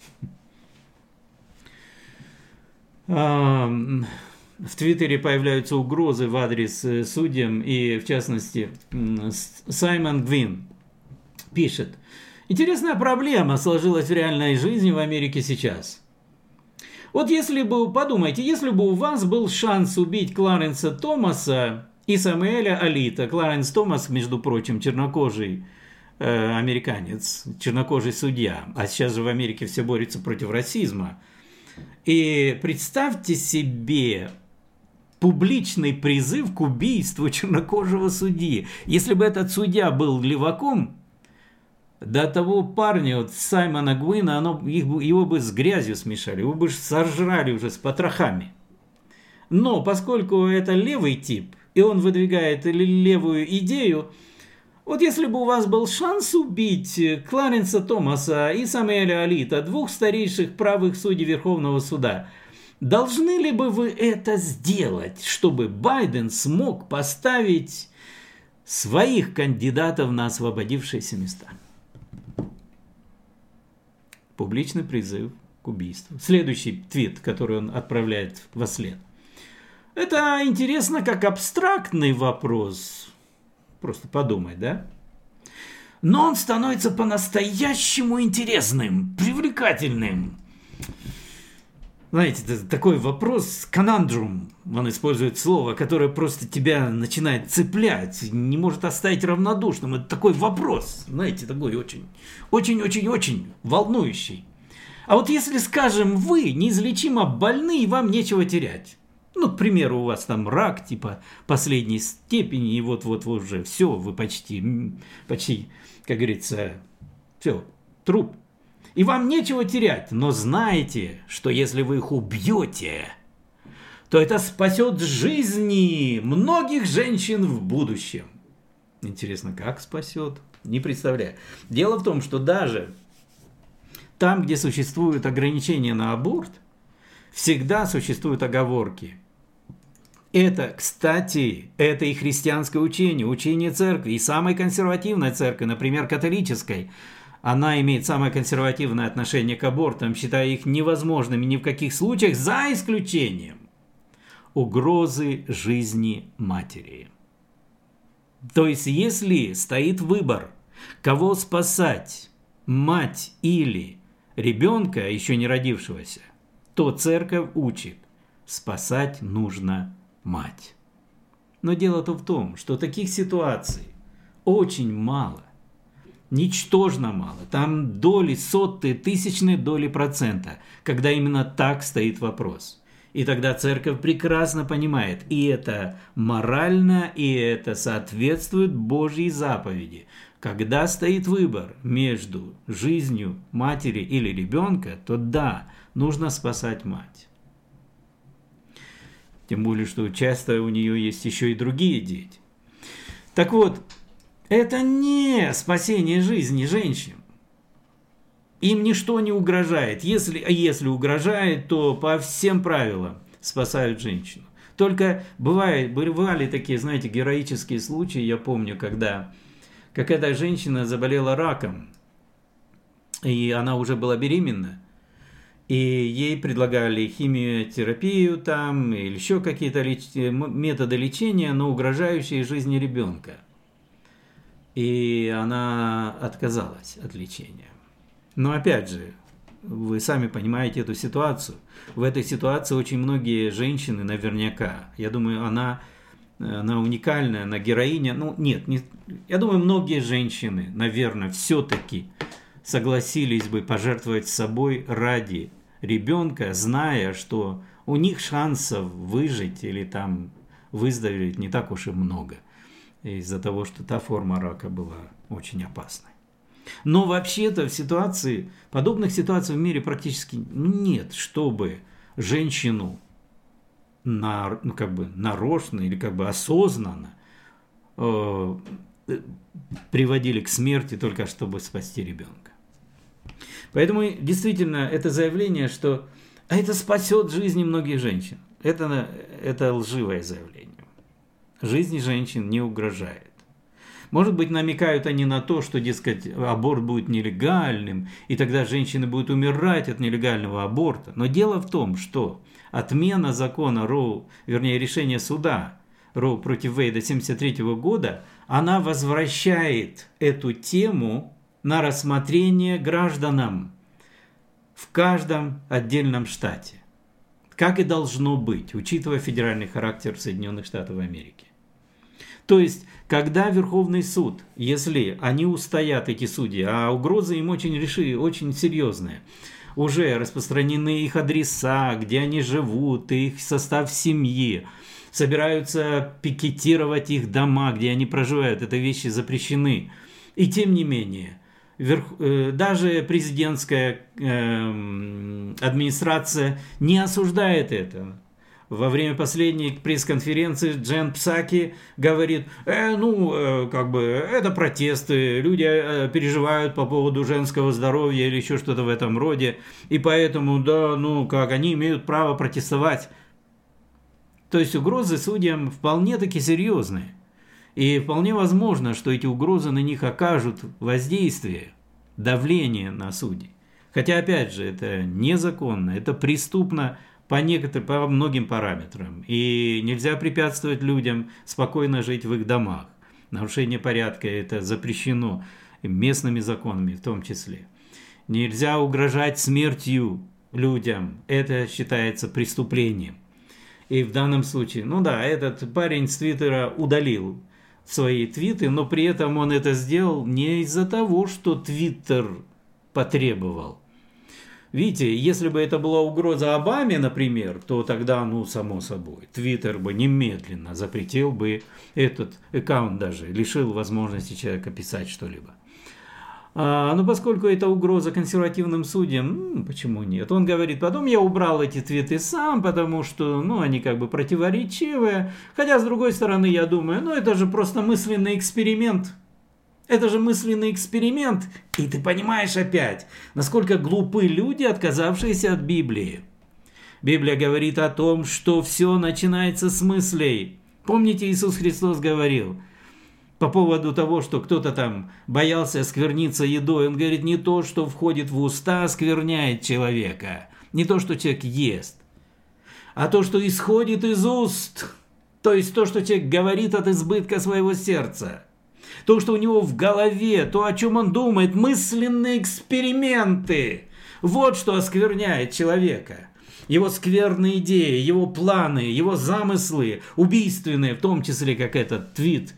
В Твиттере появляются угрозы в адрес судьям, и в частности Саймон Гвин пишет: интересная проблема сложилась в реальной жизни в Америке сейчас. Вот если бы, подумайте, если бы у вас был шанс убить Кларенса Томаса и Самуэля Алита. Кларенс Томас, между прочим, чернокожий американец, чернокожий судья, а сейчас же в Америке все борются против расизма. И представьте себе публичный призыв к убийству чернокожего судьи. Если бы этот судья был леваком, до того парня, вот Саймона Гвина, его бы с грязью смешали, его бы сожрали уже с потрохами. Но поскольку это левый тип, и он выдвигает левую идею, вот если бы у вас был шанс убить Кларенса Томаса и Самуэля Алита, двух старейших правых судей Верховного суда, должны ли бы вы это сделать, чтобы Байден смог поставить своих кандидатов на освободившиеся места? Публичный призыв к убийству. Следующий твит, который он отправляет во след. Это интересно как абстрактный вопрос. Просто подумай, да? Но он становится по-настоящему интересным, привлекательным. Знаете, это такой вопрос, конандрум, он использует слово, которое просто тебя начинает цеплять, не может оставить равнодушным. Это такой вопрос, знаете, такой очень волнующий. А вот если, скажем, вы неизлечимо больны и вам нечего терять, к примеру, у вас там рак типа последней степени, и вот уже все, вы почти, как говорится, все, труп. И вам нечего терять, но знайте, что если вы их убьете, то это спасет жизни многих женщин в будущем. Интересно, как спасет? Не представляю. Дело в том, что даже там, где существуют ограничения на аборт, всегда существуют оговорки. Это, кстати, это и христианское учение, учение церкви, и самой консервативной церкви, например, католической. Она имеет самое консервативное отношение к абортам, считая их невозможными ни в каких случаях, за исключением угрозы жизни матери. То есть, если стоит выбор, кого спасать, мать или ребенка, еще не родившегося, то церковь учит, спасать нужно мать. Но дело-то в том, что таких ситуаций очень мало. Ничтожно мало. Там доли, сотые, тысячные доли процента, когда именно так стоит вопрос. И тогда церковь прекрасно понимает, и это морально, и это соответствует Божьей заповеди. Когда стоит выбор между жизнью матери или ребенка, то да, нужно спасать мать. Тем более, что часто у нее есть еще и другие дети. Так вот, это не спасение жизни женщин. Им ничто не угрожает. Если угрожает, то по всем правилам спасают женщину. Только бывали такие, знаете, героические случаи. Я помню, когда какая-то женщина заболела раком, и она уже была беременна, и ей предлагали химиотерапию там, или еще какие-то методы лечения, но угрожающие жизни ребенка. И она отказалась от лечения. Но опять же, вы сами понимаете эту ситуацию. В этой ситуации очень многие женщины наверняка, я думаю, она уникальная, она героиня. Я думаю, многие женщины, наверное, все-таки согласились бы пожертвовать собой ради ребенка, зная, что у них шансов выжить или там выздороветь не так уж и много. Из-за того, что та форма рака была очень опасной. Но вообще-то подобных ситуаций в мире практически нет, чтобы женщину нарочно или осознанно приводили к смерти только чтобы спасти ребенка. Поэтому действительно это заявление, что это спасет жизни многих женщин, это лживое заявление. Жизни женщин не угрожает. Может быть, намекают они на то, что, дескать, аборт будет нелегальным, и тогда женщины будут умирать от нелегального аборта. Но дело в том, что отмена закона решения суда Роу против Вейда 1973 года, она возвращает эту тему на рассмотрение гражданам в каждом отдельном штате. Как и должно быть, учитывая федеральный характер Соединенных Штатов Америки. То есть, когда Верховный суд, если они устоят, эти судьи, а угрозы им очень серьезные, уже распространены их адреса, где они живут, их состав семьи, собираются пикетировать их дома, где они проживают, это вещи запрещены. И тем не менее, даже президентская администрация не осуждает это. Во время последней пресс-конференции Джен Псаки говорит, это протесты, люди переживают по поводу женского здоровья или еще что-то в этом роде, и поэтому, они имеют право протестовать. То есть угрозы судьям вполне-таки серьезные. И вполне возможно, что эти угрозы на них окажут воздействие, давление на судей. Хотя, опять же, это незаконно, это преступно по многим параметрам. И нельзя препятствовать людям спокойно жить в их домах. Нарушение порядка – это запрещено местными законами в том числе. Нельзя угрожать смертью людям. Это считается преступлением. И в данном случае, этот парень с Твиттера удалил свои твиты, но при этом он это сделал не из-за того, что Твиттер потребовал. Видите, если бы это была угроза Обаме, например, то тогда, само собой, Твиттер бы немедленно запретил бы этот аккаунт даже, лишил возможности человека писать что-либо. Но поскольку это угроза консервативным судьям, почему нет? Он говорит, потом я убрал эти твиты сам, потому что, они противоречивые. Хотя, с другой стороны, я думаю, это же просто мысленный эксперимент. Это же мысленный эксперимент. И ты понимаешь опять, насколько глупы люди, отказавшиеся от Библии. Библия говорит о том, что все начинается с мыслей. Помните, Иисус Христос говорил по поводу того, что кто-то там боялся оскверниться едой. Он говорит, не то, что входит в уста, оскверняет человека. Не то, что человек ест, а то, что исходит из уст. То есть то, что человек говорит от избытка своего сердца. То, что у него в голове, то, о чем он думает, мысленные эксперименты. Вот что оскверняет человека. Его скверные идеи, его планы, его замыслы, убийственные, в том числе, как этот твит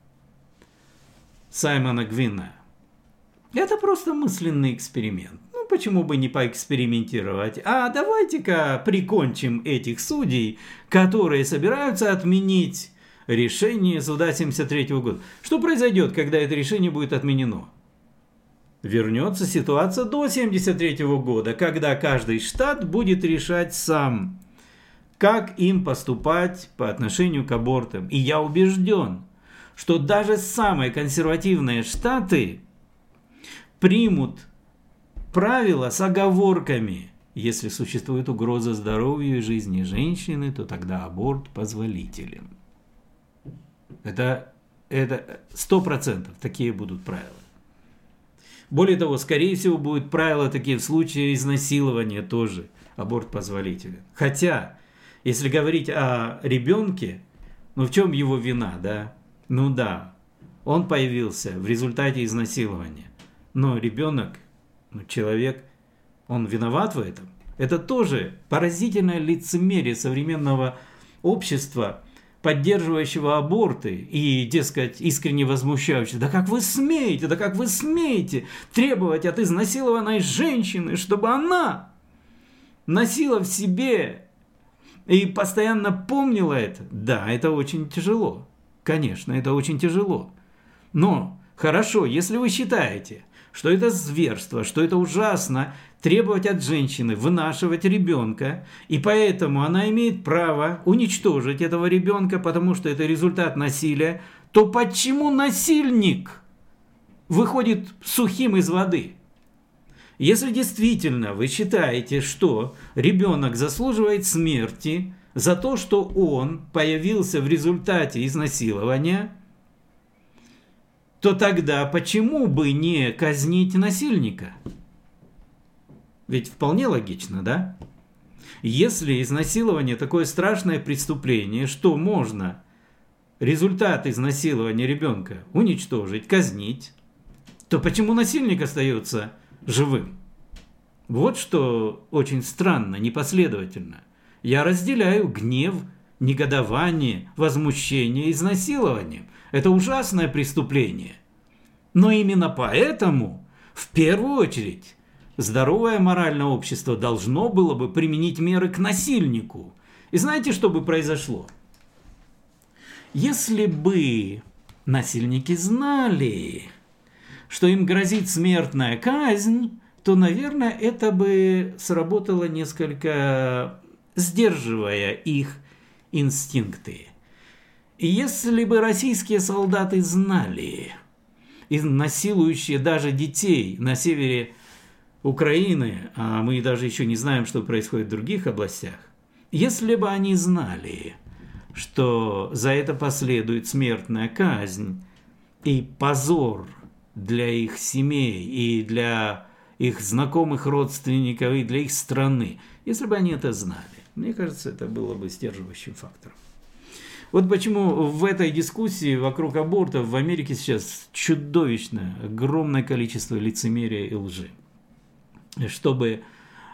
Саймона Гвина. Это просто мысленный эксперимент. почему бы не поэкспериментировать? А давайте-ка прикончим этих судей, которые собираются отменить решение суда 1973 года. Что произойдет, когда это решение будет отменено? Вернется ситуация до 1973 года, когда каждый штат будет решать сам, как им поступать по отношению к абортам. И я убежден, что даже самые консервативные штаты примут правила с оговорками. Если существует угроза здоровью и жизни женщины, то тогда аборт позволителен. Это 100% такие будут правила. Более того, скорее всего, будут правила такие в случае изнасилования тоже. Аборт позволителен. Хотя, если говорить о ребенке, в чем его вина, да? Он появился в результате изнасилования. Но ребенок, человек, он виноват в этом. Это тоже поразительное лицемерие современного общества, поддерживающего аборты и, дескать, искренне возмущающего. Да как вы смеете требовать от изнасилованной женщины, чтобы она носила в себе и постоянно помнила это? Да, это очень тяжело. Конечно, это очень тяжело. Но хорошо, если вы считаете, что это зверство, что это ужасно требовать от женщины вынашивать ребенка, и поэтому она имеет право уничтожить этого ребенка, потому что это результат насилия, то почему насильник выходит сухим из воды? Если действительно вы считаете, что ребенок заслуживает смерти за то, что он появился в результате изнасилования, то тогда почему бы не казнить насильника? Ведь вполне логично, да? Если изнасилование такое страшное преступление, что можно результат изнасилования ребенка уничтожить, казнить, то почему насильник остается живым? Вот что очень странно, непоследовательно. Я разделяю гнев, негодование, возмущение изнасилованием. Это ужасное преступление. Но именно поэтому, в первую очередь, здоровое моральное общество должно было бы применить меры к насильнику. И знаете, что бы произошло? Если бы насильники знали, что им грозит смертная казнь, то, наверное, это бы сработало несколько сдерживая их инстинкты. И если бы российские солдаты знали, и насилующие даже детей на севере Украины, а мы даже еще не знаем, что происходит в других областях, если бы они знали, что за это последует смертная казнь и позор для их семей и для их знакомых родственников и для их страны, если бы они это знали, мне кажется, это было бы сдерживающим фактором. Вот почему в этой дискуссии вокруг абортов в Америке сейчас чудовищное, огромное количество лицемерия и лжи. Чтобы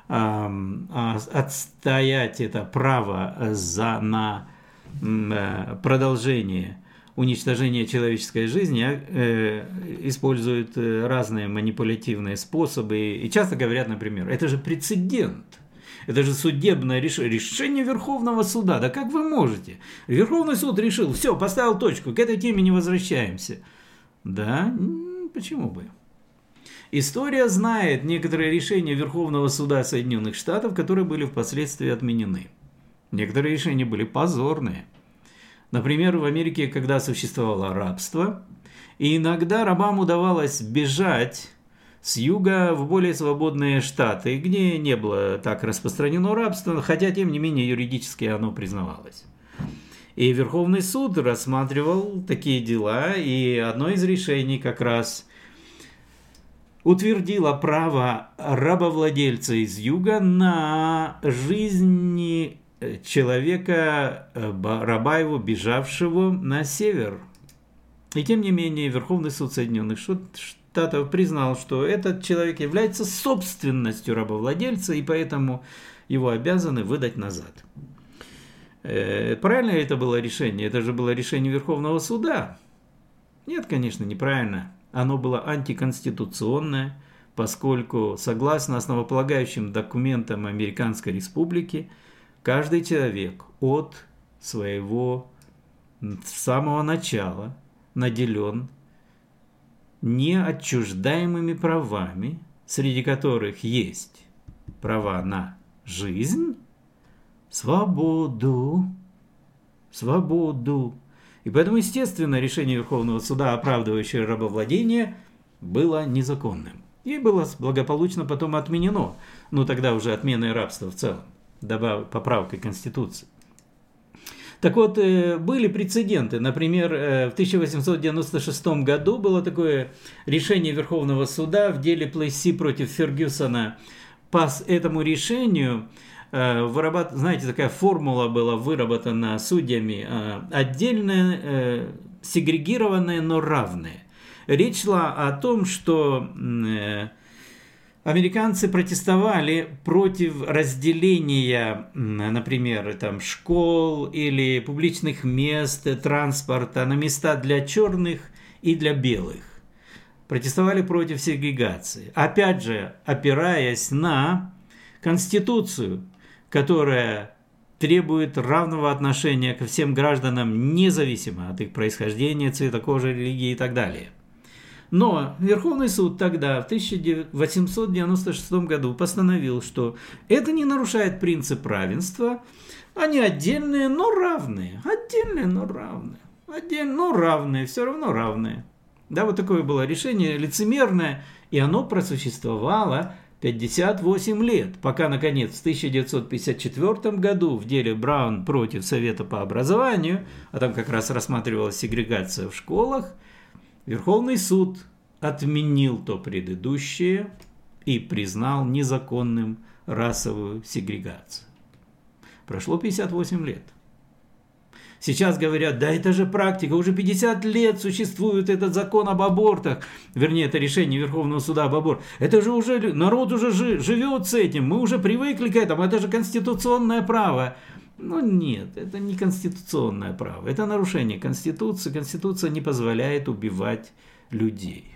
отстоять это право на продолжение уничтожения человеческой жизни, используют разные манипулятивные способы. И часто говорят, например, это же прецедент. Это же судебное решение Верховного суда. Да как вы можете? Верховный суд решил, все, поставил точку, к этой теме не возвращаемся. Да, почему бы? История знает некоторые решения Верховного суда Соединенных Штатов, которые были впоследствии отменены. Некоторые решения были позорные. Например, в Америке, когда существовало рабство, и иногда рабам удавалось бежать с юга в более свободные штаты, где не было так распространено рабство, хотя, тем не менее, юридически оно признавалось. И Верховный суд рассматривал такие дела, и одно из решений как раз утвердило право рабовладельца из юга на жизнь человека, раба его, бежавшего на север. И тем не менее, Верховный суд Соединенных Штатов признал, что этот человек является собственностью рабовладельца, и поэтому его обязаны выдать назад. Правильно ли это было решение? Это же было решение Верховного суда? Нет, конечно, неправильно. Оно было антиконституционное, поскольку, согласно основополагающим документам Американской Республики, каждый человек от своего самого начала наделен неотчуждаемыми правами, среди которых есть права на жизнь, свободу. И поэтому, естественно, решение Верховного суда, оправдывающее рабовладение, было незаконным. И было благополучно потом отменено. Тогда уже отменой рабства в целом, поправкой Конституции. Так вот, были прецеденты. Например, в 1896 году было такое решение Верховного суда в деле Плесси против Фергюсона. По этому решению, знаете, такая формула была выработана судьями, отдельная, сегрегированная, но равная. Речь шла о том, что американцы протестовали против разделения, например, школ или публичных мест, транспорта на места для черных и для белых. Протестовали против сегрегации. Опять же, опираясь на Конституцию, которая требует равного отношения ко всем гражданам, независимо от их происхождения, цвета кожи, религии и так далее. Но Верховный суд тогда, в 1896 году, постановил, что это не нарушает принцип равенства, они отдельные, но равные. Отдельные, но равные. Отдельные, но равные, все равно равные. Да, вот такое было решение лицемерное, и оно просуществовало 58 лет, пока, наконец, в 1954 году в деле Браун против Совета по образованию, а там как раз рассматривалась сегрегация в школах, Верховный суд отменил то предыдущее и признал незаконным расовую сегрегацию. Прошло 58 лет. Сейчас говорят, да это же практика, уже 50 лет существует этот закон об абортах, вернее, это решение Верховного суда об абортах. Это же уже, народ уже живет с этим, мы уже привыкли к этому, это же конституционное право. Нет, это не конституционное право, это нарушение Конституции. Конституция не позволяет убивать людей.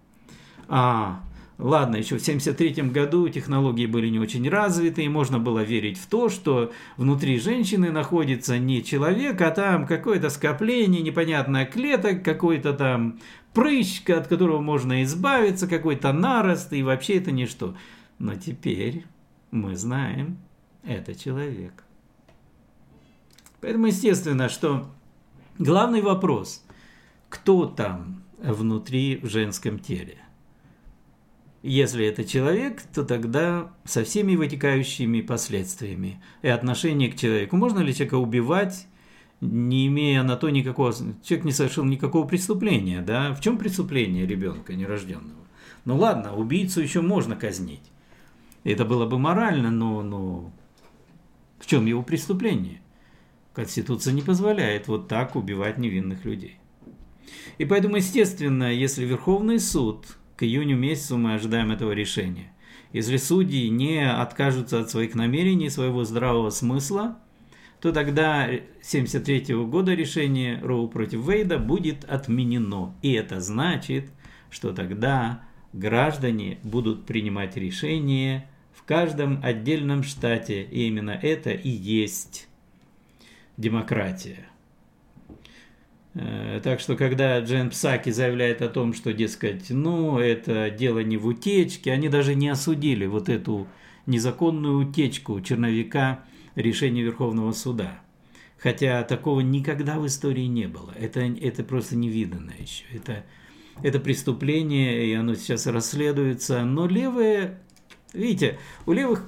Ладно, еще в 1973 году технологии были не очень развиты, и можно было верить в то, что внутри женщины находится не человек, а там какое-то скопление, непонятное клеток, какой-то там прыщ, от которого можно избавиться, какой-то нарост, и вообще это ничто. Но теперь мы знаем, это человек. Поэтому естественно, что главный вопрос, кто там внутри в женском теле? Если это человек, то тогда со всеми вытекающими последствиями и отношение к человеку. Можно ли человека убивать, не имея на то никакого... Человек не совершил никакого преступления, да? В чем преступление ребенка нерожденного? Ладно, убийцу еще можно казнить. Это было бы морально, но в чем его преступление? Конституция не позволяет вот так убивать невинных людей. И поэтому, естественно, если Верховный суд... К июню месяцу мы ожидаем этого решения. Если судьи не откажутся от своих намерений, своего здравого смысла, то тогда 1973 года решение Роу против Вейда будет отменено. И это значит, что тогда граждане будут принимать решения в каждом отдельном штате. И именно это и есть демократия. Так что, когда Джен Псаки заявляет о том, что, дескать, это дело не в утечке, они даже не осудили вот эту незаконную утечку черновика решения Верховного суда. Хотя такого никогда в истории не было. Это просто невиданно еще. Это преступление, и оно сейчас расследуется. Но левые, видите, у левых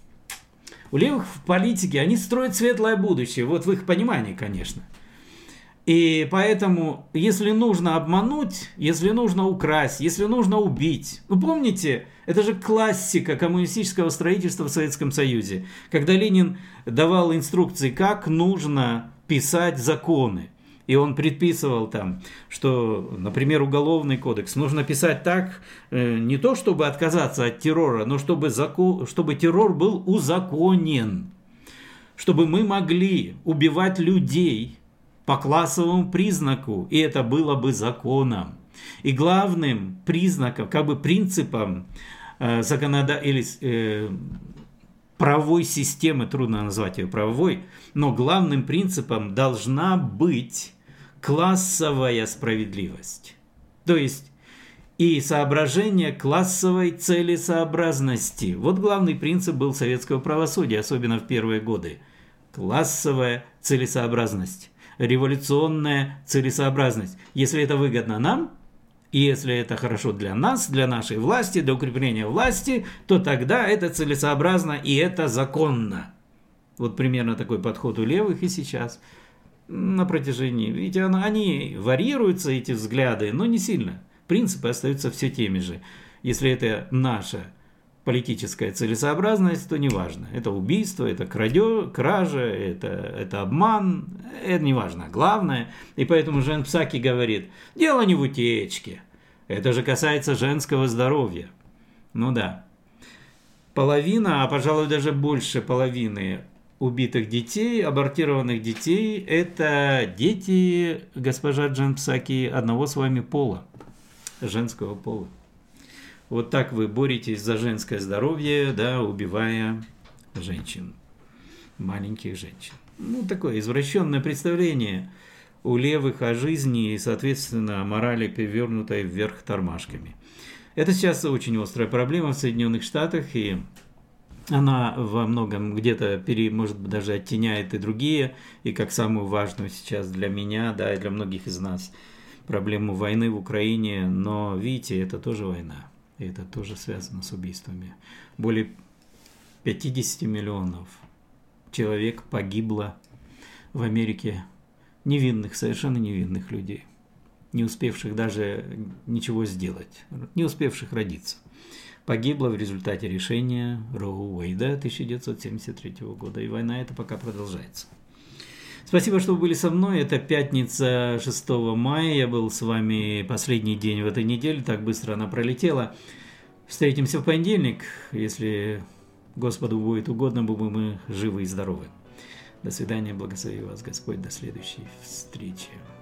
в политике, они строят светлое будущее. Вот в их понимании, конечно. И поэтому, если нужно обмануть, если нужно украсть, если нужно убить... помните, это же классика коммунистического строительства в Советском Союзе, когда Ленин давал инструкции, как нужно писать законы. И он предписывал там, что, например, Уголовный кодекс нужно писать так, не то чтобы отказаться от террора, но чтобы террор был узаконен. Чтобы мы могли убивать людей по классовому признаку, и это было бы законом. И главным признаком, принципом правовой системы, трудно назвать ее правовой, но главным принципом должна быть классовая справедливость. То есть и соображение классовой целесообразности. Вот главный принцип был советского правосудия, особенно в первые годы. Классовая целесообразность, революционная целесообразность. Если это выгодно нам, и если это хорошо для нас, для нашей власти, для укрепления власти, то тогда это целесообразно и это законно. Вот примерно такой подход у левых и сейчас на протяжении. Ведь они варьируются, эти взгляды, но не сильно. Принципы остаются все теми же. Если это наша политическая целесообразность, то неважно. Это убийство, это кража, это обман, это неважно. Главное, и поэтому Жен Псаки говорит, дело не в утечке. Это же касается женского здоровья. Ну да. Половина, а пожалуй даже больше половины убитых детей, абортированных детей, это дети, госпожа Жен Псаки, одного с вами пола. Женского пола. Вот так вы боретесь за женское здоровье, да, убивая женщин, маленьких женщин. Ну, такое извращенное представление у левых о жизни и, соответственно, о морали, перевернутой вверх тормашками. Это сейчас очень острая проблема в Соединенных Штатах, и она во многом где-то, может быть, даже оттеняет и другие, и как самую важную сейчас для меня, да, и для многих из нас, проблему войны в Украине, но, видите, это тоже война, и это тоже связано с убийствами. Более 50 миллионов человек погибло в Америке, невинных, совершенно невинных людей, не успевших даже ничего сделать, не успевших родиться. Погибло в результате решения Роу Уэйда 1973 года, и война эта пока продолжается. Спасибо, что вы были со мной. Это пятница 6 мая. Я был с вами последний день в этой неделе. Так быстро она пролетела. Встретимся в понедельник. Если Господу будет угодно, будем мы живы и здоровы. До свидания. Благослови вас Господь. До следующей встречи.